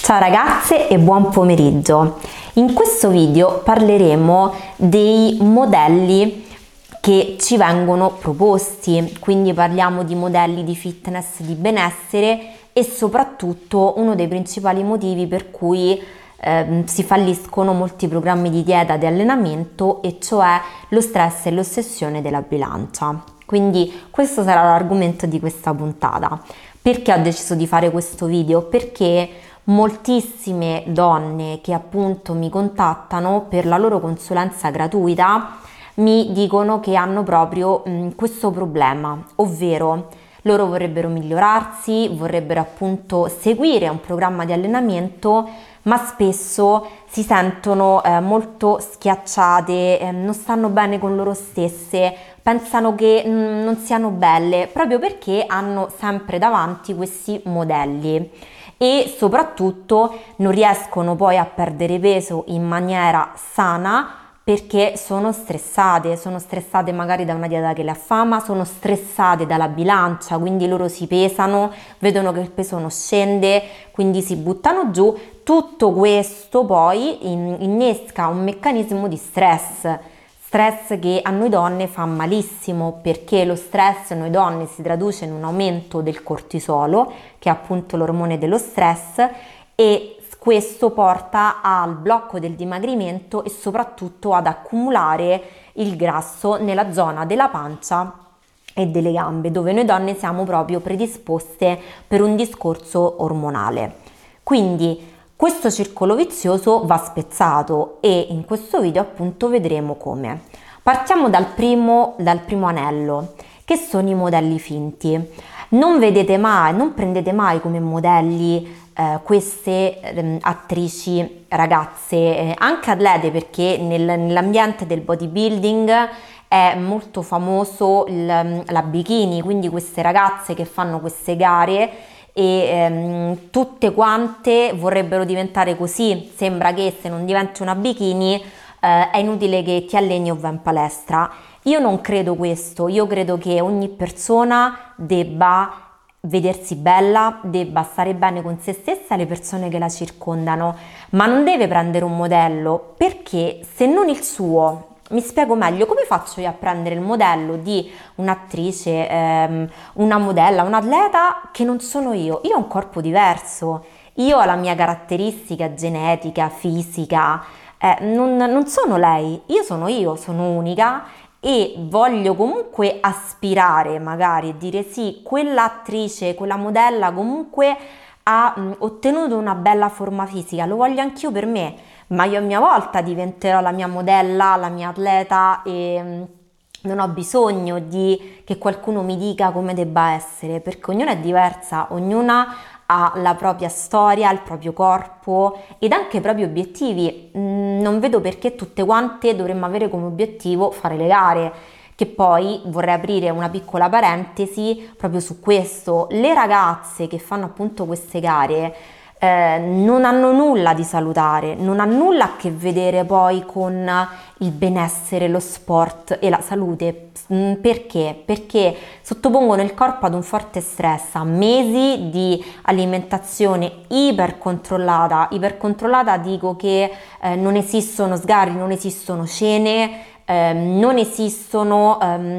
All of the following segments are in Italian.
Ciao ragazze e buon pomeriggio. In questo video parleremo dei modelli che ci vengono proposti, quindi parliamo di modelli di fitness, di benessere e soprattutto uno dei principali motivi per cui si falliscono molti programmi di dieta e di allenamento, e cioè lo stress e l'ossessione della bilancia. Quindi questo sarà l'argomento di questa puntata. Perché ho deciso di fare questo video? Perché moltissime donne che appunto mi contattano per la loro consulenza gratuita mi dicono che hanno proprio questo problema, ovvero loro vorrebbero migliorarsi, vorrebbero appunto seguire un programma di allenamento, ma spesso si sentono molto schiacciate, non stanno bene con loro stesse, pensano che non siano belle, proprio perché hanno sempre davanti questi modelli e soprattutto non riescono poi a perdere peso in maniera sana perché sono stressate magari da una dieta che le affama, sono stressate dalla bilancia, quindi loro si pesano, vedono che il peso non scende, quindi si buttano giù. Tutto questo poi innesca un meccanismo di stress che a noi donne fa malissimo, perché lo stress a noi donne si traduce in un aumento del cortisolo, che è appunto l'ormone dello stress, e questo porta al blocco del dimagrimento e soprattutto ad accumulare il grasso nella zona della pancia e delle gambe, dove noi donne siamo proprio predisposte per un discorso ormonale. Quindi questo circolo vizioso va spezzato e in questo video appunto vedremo come. Partiamo dal primo anello, che sono i modelli finti. Non prendete mai come modelli queste attrici, ragazze, anche atlete, perché nell'ambiente del bodybuilding è molto famoso la bikini, quindi queste ragazze che fanno queste gare e tutte quante vorrebbero diventare così. Sembra che se non diventi una bikini è inutile che ti alleni o vai in palestra. Io non credo questo, io credo che ogni persona debba vedersi bella, debba stare bene con se stessa e le persone che la circondano, ma non deve prendere un modello, perché se non il suo. Mi spiego meglio: come faccio io a prendere il modello di un'attrice, una modella, un atleta che non sono io? Io ho un corpo diverso, io ho la mia caratteristica genetica, fisica, non sono lei, io sono unica e voglio comunque aspirare magari e dire sì, quell'attrice, quella modella comunque ha ottenuto una bella forma fisica, lo voglio anch'io per me, ma io a mia volta diventerò la mia modella, la mia atleta e non ho bisogno che qualcuno mi dica come debba essere, perché ognuna è diversa, ognuna ha la propria storia, il proprio corpo ed anche i propri obiettivi. Non vedo perché tutte quante dovremmo avere come obiettivo fare le gare. Che poi vorrei aprire una piccola parentesi proprio su questo: le ragazze che fanno appunto queste gare non hanno nulla di salutare, non ha nulla a che vedere poi con il benessere, lo sport e la salute. Perché? Perché sottopongono il corpo ad un forte stress, a mesi di alimentazione ipercontrollata. Ipercontrollata dico che non esistono sgarri, non esistono cene, non esistono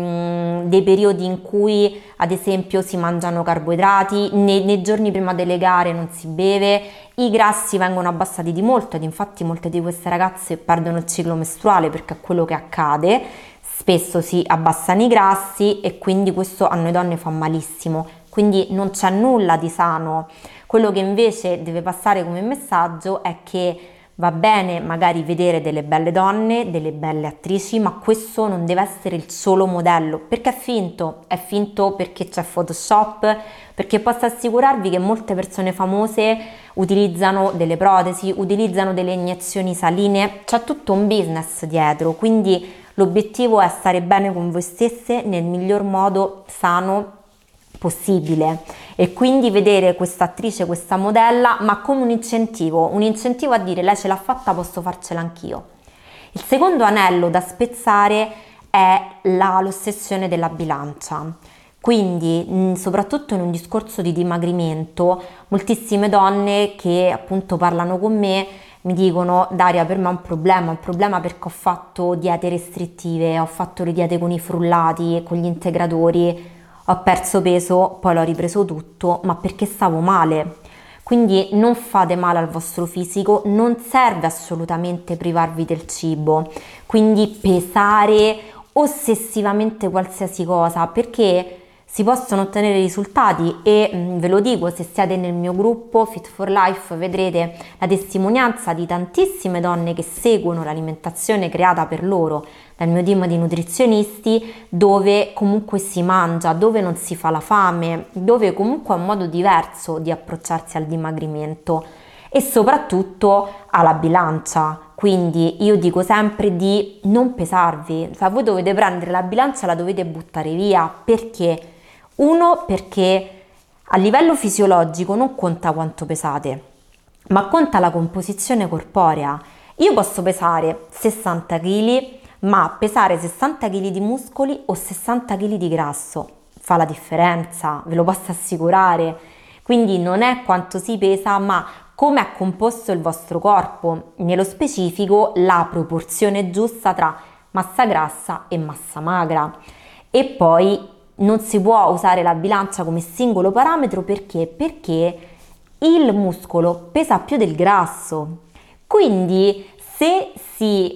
dei periodi in cui ad esempio si mangiano carboidrati, nei giorni prima delle gare non si beve, i grassi vengono abbassati di molto ed infatti molte di queste ragazze perdono il ciclo mestruale perché è quello che accade, spesso si abbassano i grassi e quindi questo a noi donne fa malissimo, quindi non c'è nulla di sano. Quello che invece deve passare come messaggio è che va bene magari vedere delle belle donne, delle belle attrici, ma questo non deve essere il solo modello, perché è finto perché c'è Photoshop, perché posso assicurarvi che molte persone famose utilizzano delle protesi, utilizzano delle iniezioni saline, c'è tutto un business dietro, quindi l'obiettivo è stare bene con voi stesse nel miglior modo sano possibile e quindi vedere questa attrice, questa modella, ma come un incentivo a dire lei ce l'ha fatta, posso farcela anch'io. Il secondo anello da spezzare è l'ossessione della bilancia. Quindi, soprattutto in un discorso di dimagrimento, moltissime donne che appunto parlano con me mi dicono: Daria, per me è un problema perché ho fatto diete restrittive, ho fatto le diete con i frullati, con gli integratori, ho perso peso, poi l'ho ripreso tutto, ma perché stavo male. Quindi non fate male al vostro fisico, non serve assolutamente privarvi del cibo, quindi pesare ossessivamente qualsiasi cosa, perché si possono ottenere risultati e ve lo dico, se siete nel mio gruppo Fit for Life vedrete la testimonianza di tantissime donne che seguono l'alimentazione creata per loro dal mio team di nutrizionisti, dove comunque si mangia, dove non si fa la fame, dove comunque è un modo diverso di approcciarsi al dimagrimento e soprattutto alla bilancia. Quindi io dico sempre di non pesarvi, cioè voi dovete prendere la bilancia e la dovete buttare via. Perché? Uno, perché a livello fisiologico non conta quanto pesate, ma conta la composizione corporea. Io posso pesare 60 kg, ma pesare 60 kg di muscoli o 60 kg di grasso fa la differenza, ve lo posso assicurare. Quindi non è quanto si pesa, ma come è composto il vostro corpo, nello specifico la proporzione giusta tra massa grassa e massa magra. E poi non si può usare la bilancia come singolo parametro perché? Perché il muscolo pesa più del grasso. Quindi se si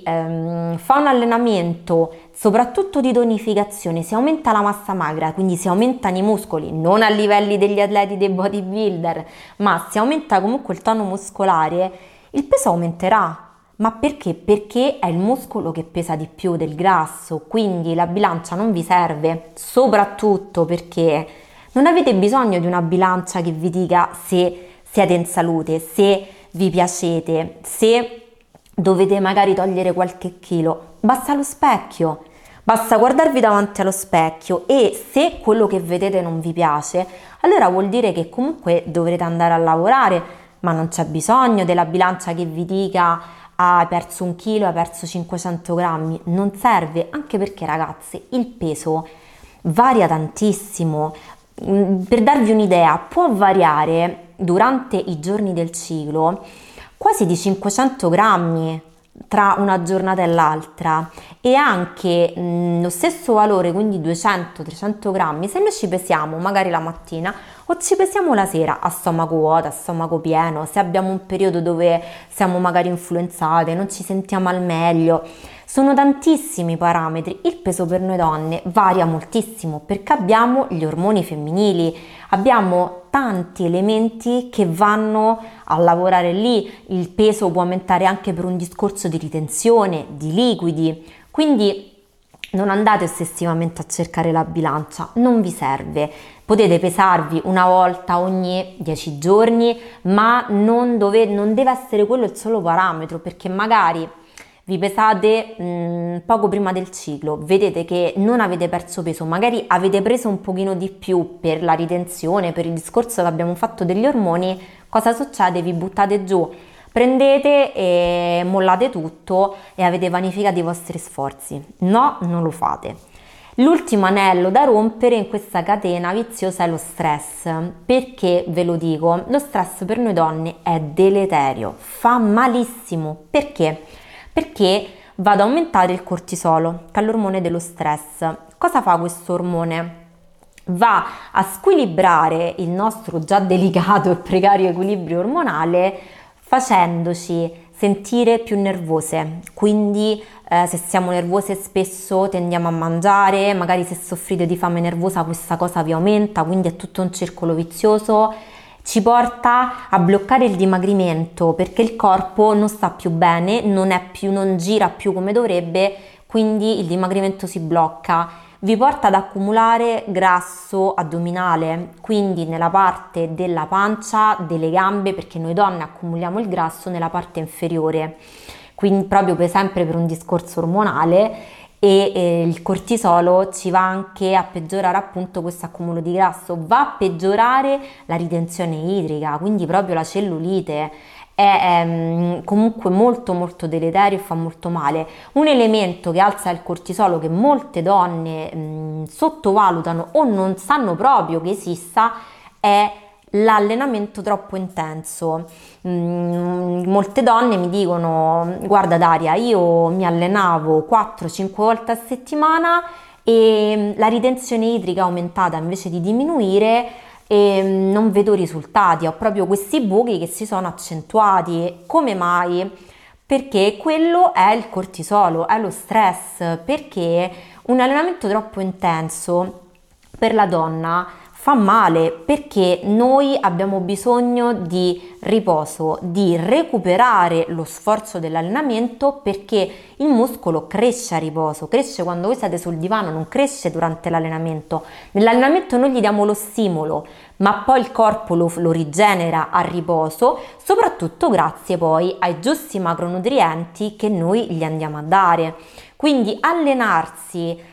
fa un allenamento soprattutto di tonificazione, si aumenta la massa magra, quindi si aumentano i muscoli, non a livelli degli atleti dei bodybuilder, ma si aumenta comunque il tono muscolare, il peso aumenterà. Ma perché? Perché è il muscolo che pesa di più del grasso, quindi la bilancia non vi serve, soprattutto perché non avete bisogno di una bilancia che vi dica se siete in salute, se vi piacete, se dovete magari togliere qualche chilo. Basta lo specchio, basta guardarvi davanti allo specchio e se quello che vedete non vi piace, allora vuol dire che comunque dovrete andare a lavorare, ma non c'è bisogno della bilancia che vi dica hai perso 1 chilo, hai perso 500 grammi, non serve, anche perché ragazzi il peso varia tantissimo. Per darvi un'idea, può variare durante i giorni del ciclo quasi di 500 grammi tra una giornata e l'altra e anche lo stesso valore, quindi 200-300 grammi, se noi ci pesiamo magari la mattina o ci pesiamo la sera a stomaco vuoto, a stomaco pieno, se abbiamo un periodo dove siamo magari influenzate, non ci sentiamo al meglio. Sono tantissimi parametri, il peso per noi donne varia moltissimo perché abbiamo gli ormoni femminili, abbiamo tanti elementi che vanno a lavorare lì, il peso può aumentare anche per un discorso di ritenzione di liquidi, quindi non andate ossessivamente a cercare la bilancia, non vi serve. Potete pesarvi una volta ogni 10 giorni, ma non deve essere quello il solo parametro, perché magari vi pesate poco prima del ciclo, vedete che non avete perso peso, magari avete preso un pochino di più per la ritenzione, per il discorso che abbiamo fatto degli ormoni, cosa succede? Vi buttate giù, prendete e mollate tutto e avete vanificato i vostri sforzi. No, non lo fate. L'ultimo anello da rompere in questa catena viziosa è lo stress. Perché ve lo dico? Lo stress per noi donne è deleterio, fa malissimo. Perché? Perché va ad aumentare il cortisolo, che è l'ormone dello stress. Cosa fa questo ormone? Va a squilibrare il nostro già delicato e precario equilibrio ormonale facendoci sentire più nervose, quindi se siamo nervose spesso tendiamo a mangiare, magari se soffrite di fame nervosa questa cosa vi aumenta, quindi è tutto un circolo vizioso, ci porta a bloccare il dimagrimento perché il corpo non sta più bene, non gira più come dovrebbe, quindi il dimagrimento si blocca. Vi porta ad accumulare grasso addominale, quindi nella parte della pancia, delle gambe, perché noi donne accumuliamo il grasso nella parte inferiore, quindi proprio sempre per un discorso ormonale il cortisolo ci va anche a peggiorare appunto questo accumulo di grasso, va a peggiorare la ritenzione idrica, quindi proprio la cellulite. È comunque molto molto deleterio e fa molto male. Un elemento che alza il cortisolo, che molte donne sottovalutano o non sanno proprio che esista, è l'allenamento troppo intenso. Molte donne mi dicono: guarda Daria, io mi allenavo 4-5 volte a settimana e la ritenzione idrica è aumentata invece di diminuire e non vedo risultati, ho proprio questi buchi che si sono accentuati. Come mai? Perché quello è il cortisolo, è lo stress, perché un allenamento troppo intenso per la donna fa male, perché noi abbiamo bisogno di riposo, di recuperare lo sforzo dell'allenamento, perché il muscolo cresce a riposo, cresce quando voi siete sul divano, non cresce durante l'allenamento. Nell'allenamento noi gli diamo lo stimolo, ma poi il corpo lo rigenera a riposo, soprattutto grazie poi ai giusti macronutrienti che noi gli andiamo a dare. Quindi allenarsi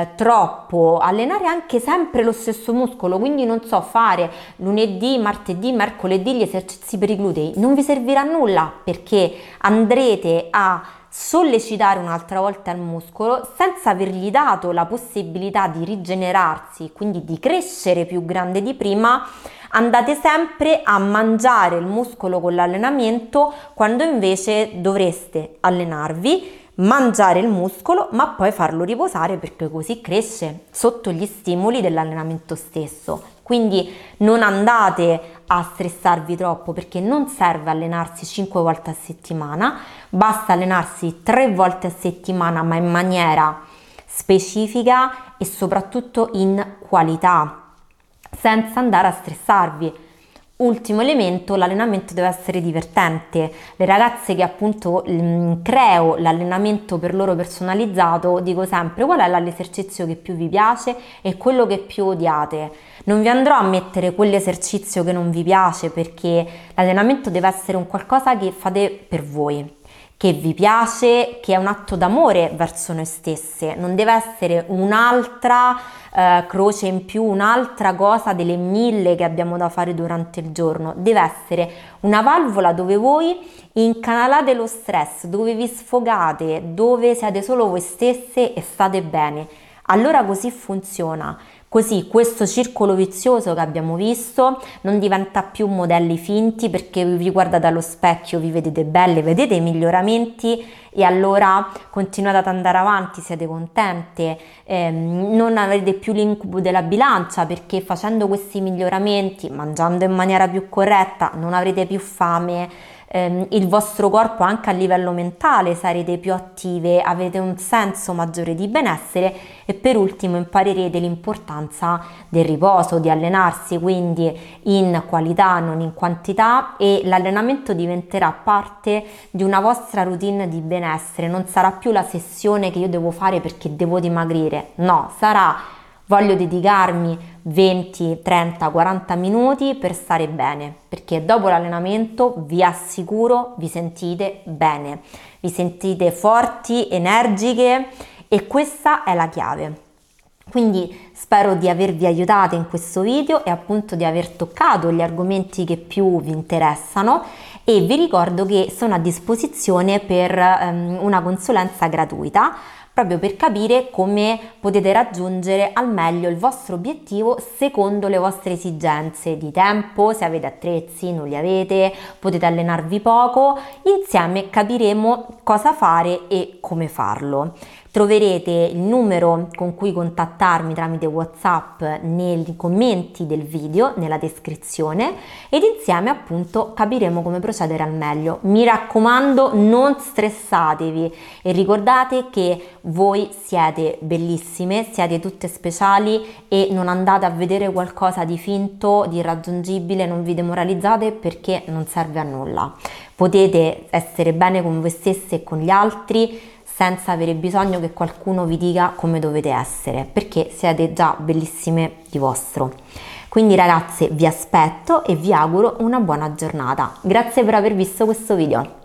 troppo, allenare anche sempre lo stesso muscolo, quindi non so, fare lunedì, martedì, mercoledì gli esercizi per i glutei, non vi servirà a nulla, perché andrete a sollecitare un'altra volta il muscolo senza avergli dato la possibilità di rigenerarsi, quindi di crescere più grande di prima. Andate sempre a mangiare il muscolo con l'allenamento, quando invece dovreste allenarvi, mangiare il muscolo, ma poi farlo riposare, perché così cresce sotto gli stimoli dell'allenamento stesso. Quindi non andate a stressarvi troppo, perché non serve allenarsi 5 volte a settimana, basta allenarsi 3 volte a settimana, ma in maniera specifica e soprattutto in qualità, senza andare a stressarvi. Ultimo elemento, l'allenamento deve essere divertente. Le ragazze che appunto creo l'allenamento per loro personalizzato, dico sempre: qual è l'esercizio che più vi piace e quello che più odiate. Non vi andrò a mettere quell'esercizio che non vi piace, perché l'allenamento deve essere un qualcosa che fate per voi, che vi piace, che è un atto d'amore verso noi stesse. Non deve essere un'altra croce in più, un'altra cosa delle 1000 che abbiamo da fare durante il giorno. Deve essere una valvola dove voi incanalate lo stress, dove vi sfogate, dove siete solo voi stesse e state bene. Allora così funziona. Così questo circolo vizioso che abbiamo visto non diventa più modelli finti, perché vi guardate allo specchio, vi vedete belle, vedete i miglioramenti e allora continuate ad andare avanti, siete contente, non avrete più l'incubo della bilancia, perché facendo questi miglioramenti, mangiando in maniera più corretta, non avrete più fame. Il vostro corpo anche a livello mentale sarete più attive, avete un senso maggiore di benessere e per ultimo imparerete l'importanza del riposo, di allenarsi quindi in qualità, non in quantità, e l'allenamento diventerà parte di una vostra routine di benessere. Non sarà più la sessione che io devo fare perché devo dimagrire, no, sarà: voglio dedicarmi 20, 30, 40 minuti per stare bene, perché dopo l'allenamento vi assicuro vi sentite bene, vi sentite forti, energiche, e questa è la chiave. Quindi spero di avervi aiutato in questo video e appunto di aver toccato gli argomenti che più vi interessano, e vi ricordo che sono a disposizione per una consulenza gratuita, proprio per capire come potete raggiungere al meglio il vostro obiettivo secondo le vostre esigenze di tempo, se avete attrezzi, non li avete, potete allenarvi poco. Insieme capiremo cosa fare e come farlo. Troverete il numero con cui contattarmi tramite WhatsApp nei commenti del video, nella descrizione, ed insieme appunto capiremo come procedere al meglio. Mi raccomando, non stressatevi e ricordate che voi siete bellissime, siete tutte speciali, e non andate a vedere qualcosa di finto, di irraggiungibile, non vi demoralizzate, perché non serve a nulla. Potete essere bene con voi stesse e con gli altri senza avere bisogno che qualcuno vi dica come dovete essere, perché siete già bellissime di vostro. Quindi ragazze, vi aspetto e vi auguro una buona giornata. Grazie per aver visto questo video.